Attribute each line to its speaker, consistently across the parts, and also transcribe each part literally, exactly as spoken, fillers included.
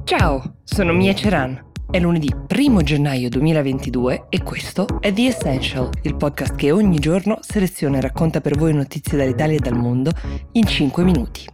Speaker 1: Ciao, sono Mia Ceran. È lunedì primo gennaio duemilaventidue e questo è The Essential, il podcast che ogni giorno seleziona e racconta per voi notizie dall'Italia e dal mondo in cinque minuti.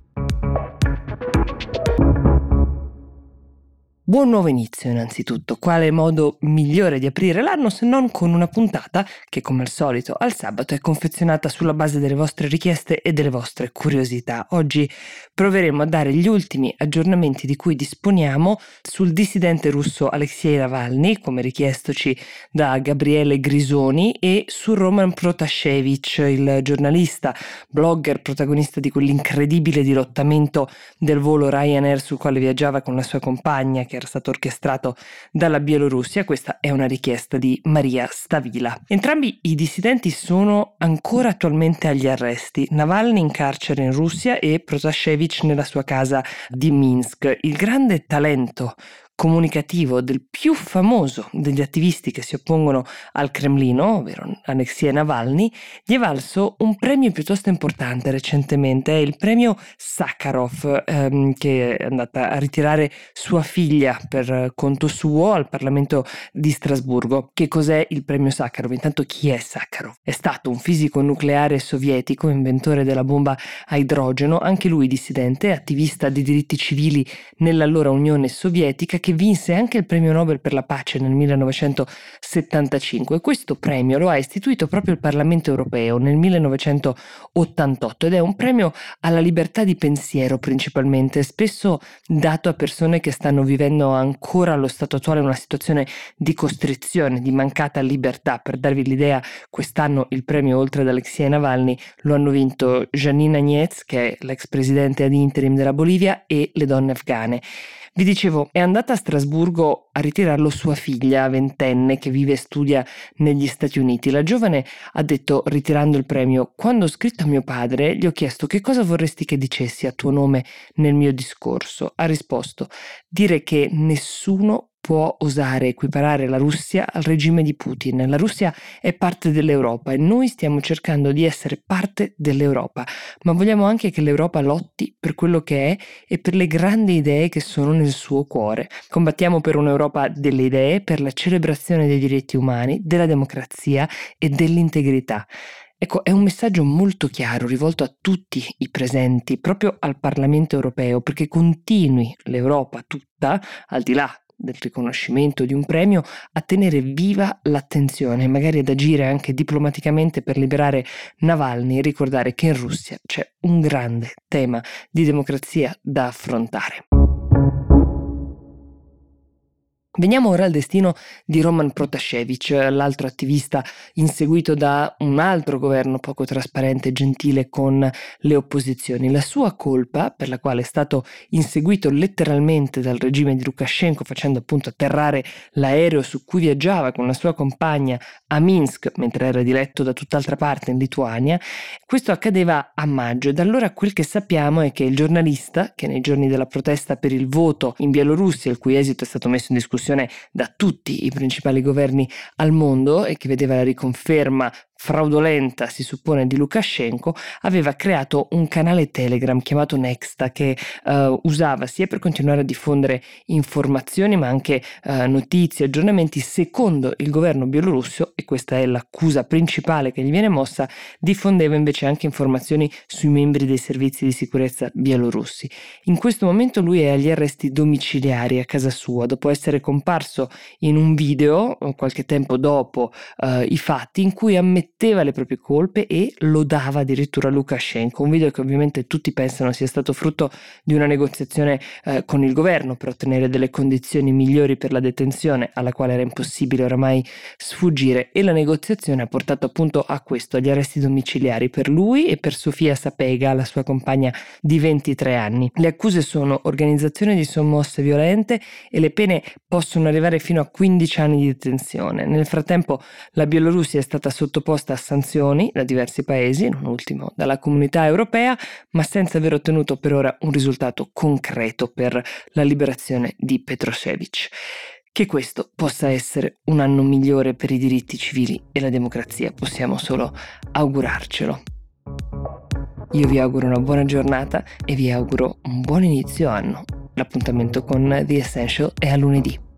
Speaker 1: Buon nuovo inizio innanzitutto. Quale modo migliore di aprire l'anno se non con una puntata che, come al solito, al sabato è confezionata sulla base delle vostre richieste e delle vostre curiosità. Oggi proveremo a dare gli ultimi aggiornamenti di cui disponiamo sul dissidente russo Alexei Navalny, come richiestoci da Gabriele Grisoni, e su Roman Protasevich, il giornalista, blogger, protagonista di quell'incredibile dirottamento del volo Ryanair sul quale viaggiava con la sua compagna, che era stato orchestrato dalla Bielorussia. Questa è una richiesta di Maria Stavila. Entrambi i dissidenti sono ancora attualmente agli arresti, Navalny in carcere in Russia e Protasevich nella sua casa di Minsk. Il grande talento comunicativo del più famoso degli attivisti che si oppongono al Cremlino, ovvero Alexei Navalny, gli è valso un premio piuttosto importante recentemente, è il premio Sakharov, ehm, che è andata a ritirare sua figlia per conto suo al Parlamento di Strasburgo. Che cos'è il premio Sakharov? Intanto, chi è Sakharov? È stato un fisico nucleare sovietico, inventore della bomba a idrogeno, anche lui dissidente, attivista di diritti civili nell'allora Unione Sovietica, che vinse anche il premio Nobel per la pace nel millenovecentosettantacinque. Questo premio lo ha istituito proprio il Parlamento europeo nel millenovecentottantotto ed è un premio alla libertà di pensiero principalmente, spesso dato a persone che stanno vivendo ancora allo stato attuale una situazione di costrizione, di mancata libertà. Per darvi l'idea, quest'anno il premio, oltre ad Alexei Navalny, lo hanno vinto Janine Áñez, che è l'ex presidente ad interim della Bolivia, e le donne afghane. Vi dicevo, è andata a Strasburgo a ritirarlo sua figlia, ventenne, che vive e studia negli Stati Uniti. La giovane ha detto, ritirando il premio: quando ho scritto a mio padre, gli ho chiesto che cosa vorresti che dicessi a tuo nome nel mio discorso. Ha risposto: dire che nessuno può osare equiparare la Russia al regime di Putin. La Russia è parte dell'Europa e noi stiamo cercando di essere parte dell'Europa, ma vogliamo anche che l'Europa lotti per quello che è e per le grandi idee che sono nel suo cuore. Combattiamo per un'Europa delle idee, per la celebrazione dei diritti umani, della democrazia e dell'integrità. Ecco, è un messaggio molto chiaro rivolto a tutti i presenti, proprio al Parlamento europeo, perché continui l'Europa tutta, al di là del riconoscimento di un premio, a tenere viva l'attenzione, magari ad agire anche diplomaticamente per liberare Navalny e ricordare che in Russia c'è un grande tema di democrazia da affrontare. Veniamo ora al destino di Roman Protasevich, l'altro attivista inseguito da un altro governo poco trasparente e gentile con le opposizioni. La sua colpa, per la quale è stato inseguito letteralmente dal regime di Lukashenko, facendo appunto atterrare l'aereo su cui viaggiava con la sua compagna a Minsk, mentre era diretto da tutt'altra parte in Lituania, questo accadeva a maggio, e da allora quel che sappiamo è che il giornalista, che nei giorni della protesta per il voto in Bielorussia, il cui esito è stato messo in discussione da tutti i principali governi al mondo e che vedeva la riconferma fraudolenta, si suppone, di Lukashenko, aveva creato un canale Telegram chiamato Nexta che uh, usava sia per continuare a diffondere informazioni ma anche uh, notizie, aggiornamenti secondo il governo bielorusso, e questa è l'accusa principale che gli viene mossa. Diffondeva invece anche informazioni sui membri dei servizi di sicurezza bielorussi. In questo momento lui è agli arresti domiciliari a casa sua dopo essere comparso in un video qualche tempo dopo uh, i fatti, in cui ammetteva le proprie colpe e lodava addirittura Lukashenko, un video che ovviamente tutti pensano sia stato frutto di una negoziazione eh, con il governo per ottenere delle condizioni migliori per la detenzione, alla quale era impossibile oramai sfuggire, e la negoziazione ha portato appunto a questo, agli arresti domiciliari per lui e per Sofia Sapega, la sua compagna di ventitré anni. Le accuse sono organizzazione di sommosse violente e le pene possono arrivare fino a quindici anni di detenzione. Nel frattempo la Bielorussia è stata sottoposta a sanzioni da diversi paesi, non ultimo dalla Comunità Europea, ma senza aver ottenuto per ora un risultato concreto per la liberazione di Protasevich. Che questo possa essere un anno migliore per i diritti civili e la democrazia, possiamo solo augurarcelo. Io vi auguro una buona giornata e vi auguro un buon inizio anno. L'appuntamento con The Essential è a lunedì.